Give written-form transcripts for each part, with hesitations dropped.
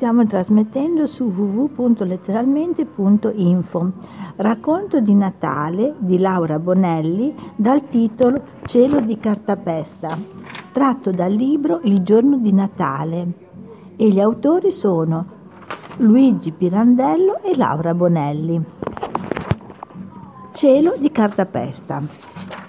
stiamo trasmettendo su www.letteralmente.info. Racconto di Natale di Laura Bonelli dal titolo Cielo di cartapesta, tratto dal libro Il giorno di Natale, e gli autori sono Luigi Pirandello e Laura Bonelli. Cielo di cartapesta.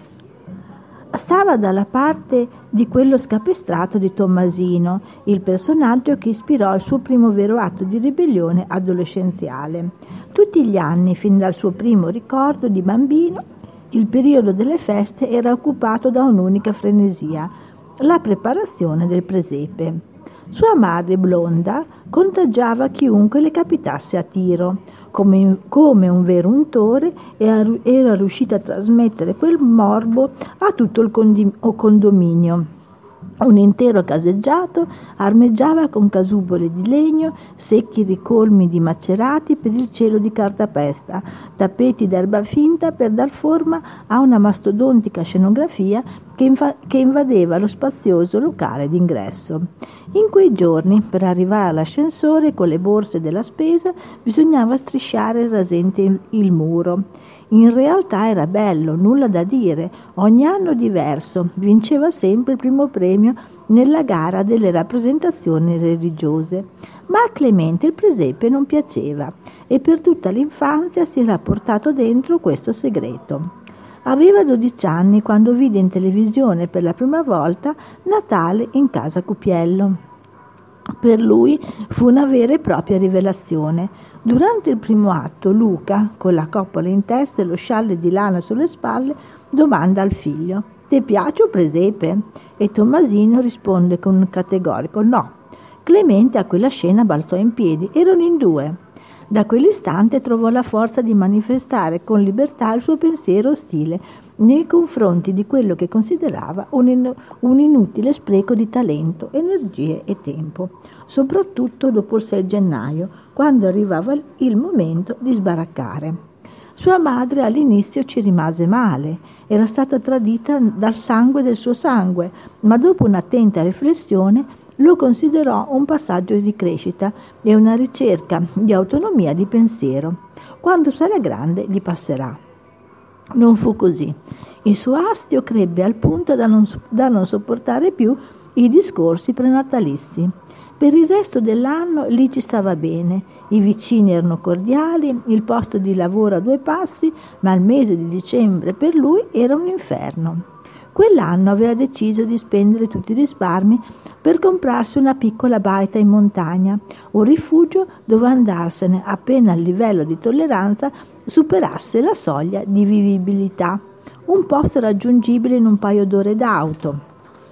Stava dalla parte di quello scapestrato di Tommasino, il personaggio che ispirò il suo primo vero atto di ribellione adolescenziale. Tutti gli anni, fin dal suo primo ricordo di bambino, il periodo delle feste era occupato da un'unica frenesia, la preparazione del presepe. Sua madre bionda contagiava chiunque le capitasse a tiro. Come un vero untore era riuscita a trasmettere quel morbo a tutto il condominio. Un intero caseggiato armeggiava con casupole di legno, secchi ricolmi di macerati per il cielo di cartapesta, tappeti d'erba finta per dar forma a una mastodontica scenografia che invadeva lo spazioso locale d'ingresso. In quei giorni, per arrivare all'ascensore con le borse della spesa, bisognava strisciare il rasente il muro. In realtà era bello, nulla da dire, ogni anno diverso, vinceva sempre il primo premio nella gara delle rappresentazioni religiose. Ma a Clemente il presepe non piaceva e per tutta l'infanzia si era portato dentro questo segreto. Aveva 12 anni quando vide in televisione per la prima volta Natale in casa Cupiello. Per lui fu una vera e propria rivelazione. Durante il primo atto, Luca, con la coppola in testa e lo scialle di lana sulle spalle, domanda al figlio: «Ti piace o presepe?» E Tommasino risponde con un categorico «no». Clemente a quella scena balzò in piedi, erano in due. Da quell'istante trovò la forza di manifestare con libertà il suo pensiero ostile nei confronti di quello che considerava un inutile spreco di talento, energie e tempo, soprattutto dopo il 6 gennaio, quando arrivava il momento di sbaraccare. Sua madre all'inizio ci rimase male, era stata tradita dal sangue del suo sangue, ma dopo un'attenta riflessione lo considerò un passaggio di crescita e una ricerca di autonomia di pensiero. Quando sarà grande gli passerà. Non fu così. Il suo astio crebbe al punto da non sopportare più i discorsi prenatalizi. Per il resto dell'anno lì ci stava bene, i vicini erano cordiali, il posto di lavoro a 2 passi, ma il mese di dicembre per lui era un inferno. Quell'anno aveva deciso di spendere tutti i risparmi per comprarsi una piccola baita in montagna, un rifugio dove andarsene appena il livello di tolleranza superasse la soglia di vivibilità, un posto raggiungibile in un paio d'ore d'auto,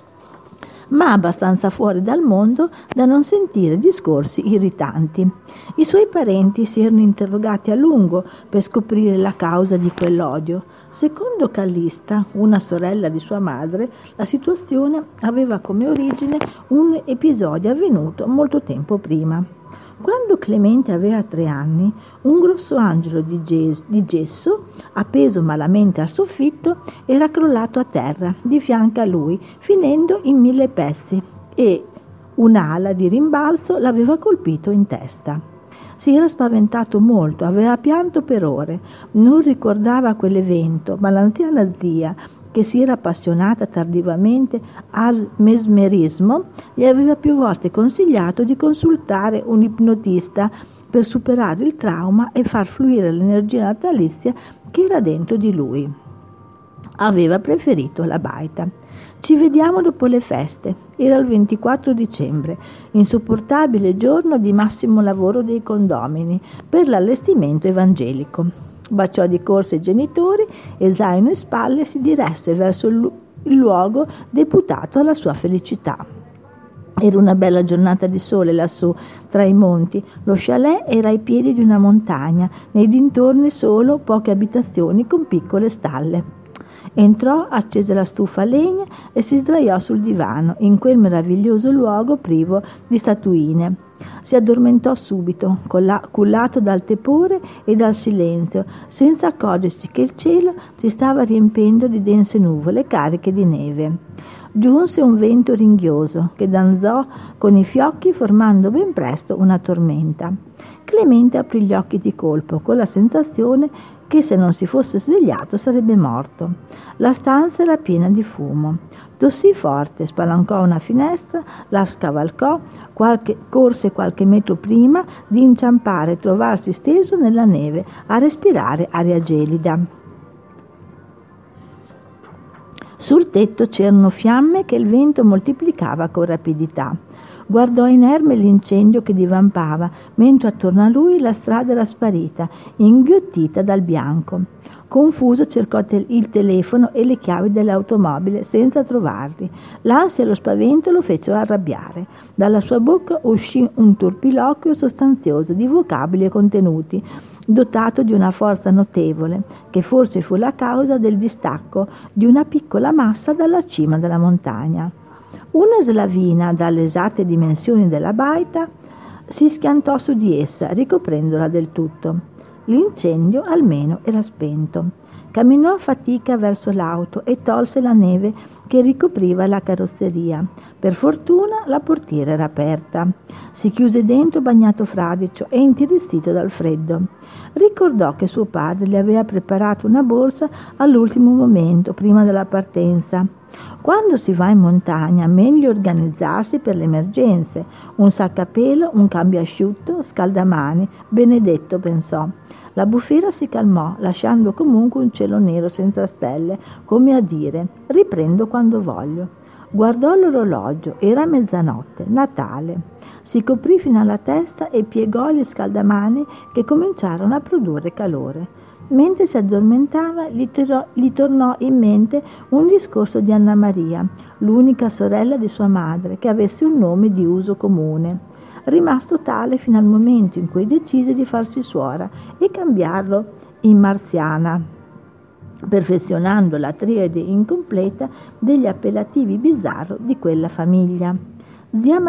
ma abbastanza fuori dal mondo da non sentire discorsi irritanti. I suoi parenti si erano interrogati a lungo per scoprire la causa di quell'odio. Secondo Callista, una sorella di sua madre, la situazione aveva come origine un episodio avvenuto molto tempo prima. Quando Clemente aveva 3 anni, un grosso angelo di gesso, appeso malamente al soffitto, era crollato a terra di fianco a lui, finendo in 1000 pezzi, e un'ala di rimbalzo l'aveva colpito in testa. Si era spaventato molto, aveva pianto per ore, non ricordava quell'evento, ma l'anziana zia, che si era appassionata tardivamente al mesmerismo, gli aveva più volte consigliato di consultare un ipnotista per superare il trauma e far fluire l'energia natalizia che era dentro di lui. Aveva preferito la baita. «Ci vediamo dopo le feste». Era il 24 dicembre, insopportabile giorno di massimo lavoro dei condomini per l'allestimento evangelico. Baciò di corsa i genitori e, zaino in spalle, si diresse verso il luogo deputato alla sua felicità. Era una bella giornata di sole lassù, tra i monti. Lo chalet era ai piedi di una montagna, nei dintorni solo poche abitazioni con piccole stalle. Entrò, accese la stufa a legna e si sdraiò sul divano, in quel meraviglioso luogo privo di statuine. Si addormentò subito, cullato dal tepore e dal silenzio, senza accorgersi che il cielo si stava riempendo di dense nuvole cariche di neve. giunse un vento ringhioso che danzò con i fiocchi formando ben presto una tormenta. Clemente aprì gli occhi di colpo con la sensazione che se non si fosse svegliato sarebbe morto. La stanza era piena di fumo. Tossì forte, spalancò una finestra, la scavalcò, corse qualche metro prima di inciampare e trovarsi steso nella neve a respirare aria gelida. Sul tetto c'erano fiamme che il vento moltiplicava con rapidità. Guardò inerme l'incendio che divampava, mentre attorno a lui la strada era sparita, inghiottita dal bianco. Confuso cercò il telefono e le chiavi dell'automobile senza trovarli. L'ansia e lo spavento lo fecero arrabbiare. Dalla sua bocca uscì un turpiloquio sostanzioso di vocaboli e contenuti, dotato di una forza notevole, che forse fu la causa del distacco di una piccola massa dalla cima della montagna. Una slavina dalle esatte dimensioni della baita si schiantò su di essa, ricoprendola del tutto. L'incendio almeno era spento. Camminò a fatica verso l'auto e tolse la neve che ricopriva la carrozzeria. Per fortuna la portiera era aperta. Si chiuse dentro bagnato fradicio e intirizzito dal freddo. Ricordò che suo padre le aveva preparato una borsa all'ultimo momento, prima della partenza. Quando si va in montagna, meglio organizzarsi per le emergenze. Un sacco a pelo, un cambiasciutto, scaldamani. Benedetto, pensò. La bufera si calmò, lasciando comunque un cielo nero senza stelle, come a dire: riprendo quando voglio. Guardò l'orologio, era mezzanotte, Natale. Si coprì fino alla testa e piegò gli scaldamani che cominciarono a produrre calore. Mentre si addormentava gli tornò in mente un discorso di Anna Maria, l'unica sorella di sua madre, che avesse un nome di uso comune, rimasto tale fino al momento in cui decise di farsi suora e cambiarlo in Marziana, perfezionando la triade incompleta degli appellativi bizzarro di quella famiglia. Zia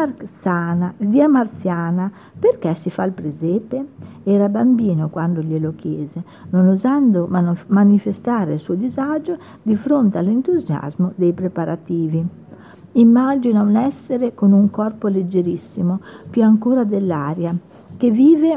Marziana, perché si fa il presepe? Era bambino quando glielo chiese, non osando manifestare il suo disagio di fronte all'entusiasmo dei preparativi. Immagina un essere con un corpo leggerissimo, più ancora dell'aria, che vive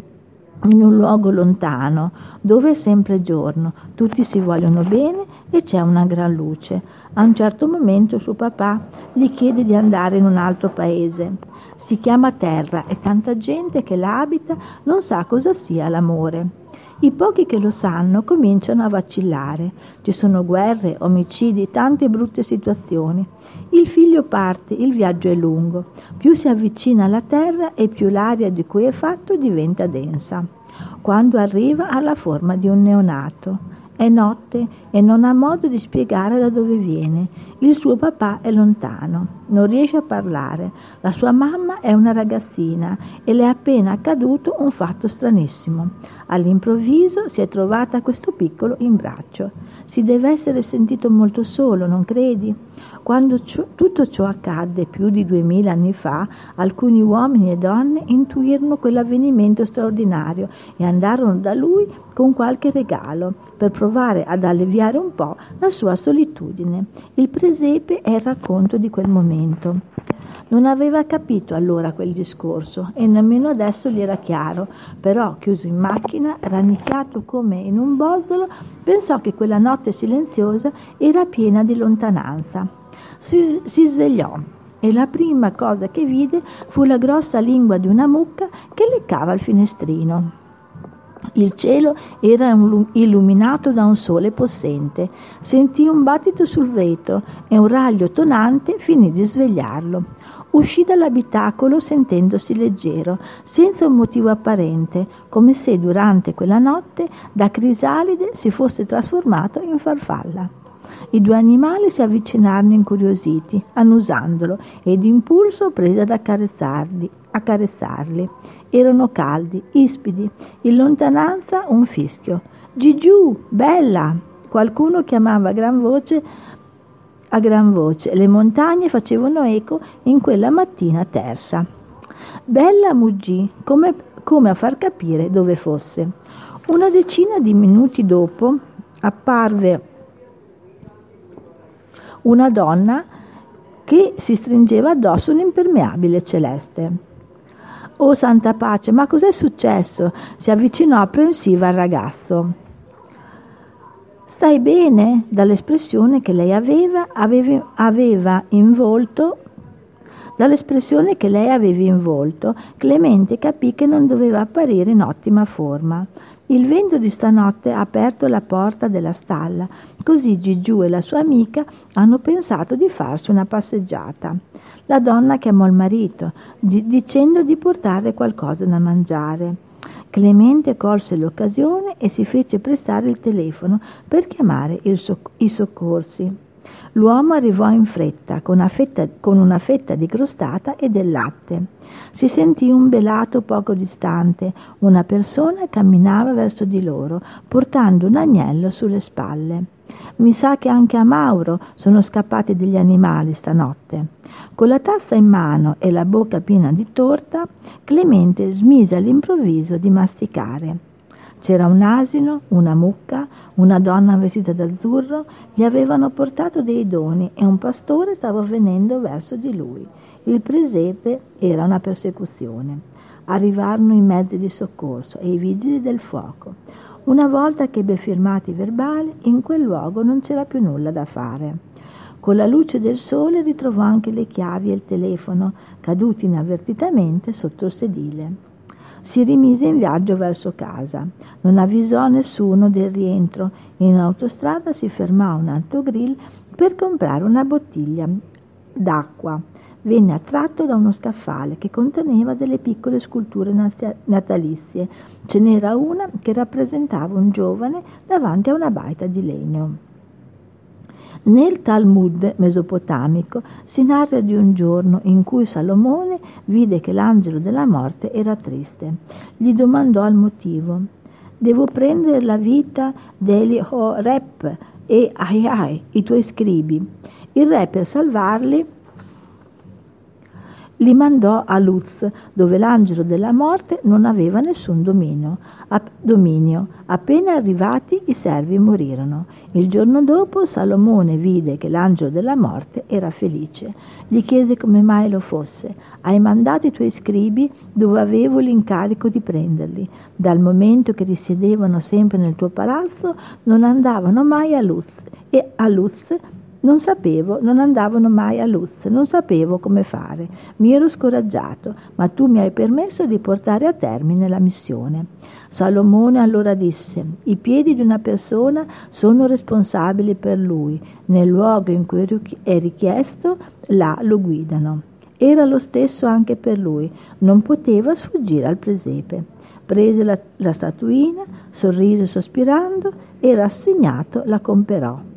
in un luogo lontano, dove è sempre giorno, tutti si vogliono bene e c'è una gran luce. A un certo momento suo papà gli chiede di andare in un altro paese. Si chiama Terra e tanta gente che la abita non sa cosa sia l'amore. I pochi che lo sanno cominciano a vacillare. Ci sono guerre, omicidi, tante brutte situazioni. Il figlio parte, il viaggio è lungo. Più si avvicina alla terra e più l'aria di cui è fatto diventa densa. Quando arriva ha la forma di un neonato. È notte e non ha modo di spiegare da dove viene. Il suo papà è lontano, non riesce a parlare. La sua mamma è una ragazzina e le è appena accaduto un fatto stranissimo. All'improvviso si è trovata questo piccolo in braccio. Si deve essere sentito molto solo, non credi? Quando tutto ciò accadde più di 2000 anni fa, alcuni uomini e donne intuirono quell'avvenimento straordinario e andarono da lui con qualche regalo per provare ad alleviare un po' la sua solitudine. Il presepe è il racconto di quel momento. Non aveva capito allora quel discorso e nemmeno adesso gli era chiaro, però chiuso in macchina, rannicchiato come in un bozzolo, pensò che quella notte silenziosa era piena di lontananza. Si svegliò e la prima cosa che vide fu la grossa lingua di una mucca che leccava il finestrino. Il cielo era illuminato da un sole possente. Sentì un battito sul vetro e un raglio tonante finì di svegliarlo. Uscì dall'abitacolo sentendosi leggero, senza un motivo apparente, come se durante quella notte da crisalide si fosse trasformato in farfalla. I due animali si avvicinarono incuriositi, annusandolo, e d'impulso prese ad accarezzarli. Erano caldi, ispidi, in lontananza un fischio. Gigiù, bella! Qualcuno chiamava a gran voce. Le montagne facevano eco in quella mattina tersa. Bella muggì, come a far capire dove fosse. Una decina di minuti dopo apparve una donna che si stringeva addosso un impermeabile celeste. «Oh santa pace, ma cos'è successo?» si avvicinò apprensiva al ragazzo. «Stai bene?» Dall'espressione che lei aveva in volto, Clemente capì che non doveva apparire in ottima forma. Il vento di stanotte ha aperto la porta della stalla, così Gigiù e la sua amica hanno pensato di farsi una passeggiata. La donna chiamò il marito, dicendo di portare qualcosa da mangiare. Clemente colse l'occasione e si fece prestare il telefono per chiamare i soccorsi. L'uomo arrivò in fretta con una fetta di crostata e del latte. Si sentì un belato poco distante. Una persona camminava verso di loro, portando un agnello sulle spalle. «Mi sa che anche a Mauro sono scappati degli animali stanotte». Con la tazza in mano e la bocca piena di torta, Clemente smise all'improvviso di masticare. C'era un asino, una mucca, una donna vestita d'azzurro, gli avevano portato dei doni e un pastore stava venendo verso di lui. Il presepe era una persecuzione. Arrivarono i mezzi di soccorso e i vigili del fuoco. Una volta che ebbe firmato i verbali, in quel luogo non c'era più nulla da fare. Con la luce del sole ritrovò anche le chiavi e il telefono, caduti inavvertitamente sotto il sedile. Si rimise in viaggio verso casa. Non avvisò nessuno del rientro. In autostrada si fermò a un autogrill per comprare una bottiglia d'acqua. Venne attratto da uno scaffale che conteneva delle piccole sculture natalizie. Ce n'era una che rappresentava un giovane davanti a una baita di legno. Nel Talmud mesopotamico si narra di un giorno in cui Salomone vide che l'angelo della morte era triste. Gli domandò il motivo. «Devo prendere la vita degli Rep e Ai, i tuoi scribi». Il re, per salvarli, li mandò a Luz, dove l'angelo della morte non aveva nessun dominio. Appena arrivati, i servi morirono. Il giorno dopo Salomone vide che l'angelo della morte era felice. Gli chiese come mai lo fosse. «Hai mandato i tuoi scribi dove avevo l'incarico di prenderli. Dal momento che risiedevano sempre nel tuo palazzo, non andavano mai a Luz, e a Luz non andavano mai a Luz, non sapevo come fare. Mi ero scoraggiato, ma tu mi hai permesso di portare a termine la missione». Salomone allora disse: «I piedi di una persona sono responsabili per lui. Nel luogo in cui è richiesto, là lo guidano». Era lo stesso anche per lui, non poteva sfuggire al presepe. Prese la statuina, sorrise sospirando e rassegnato la comperò.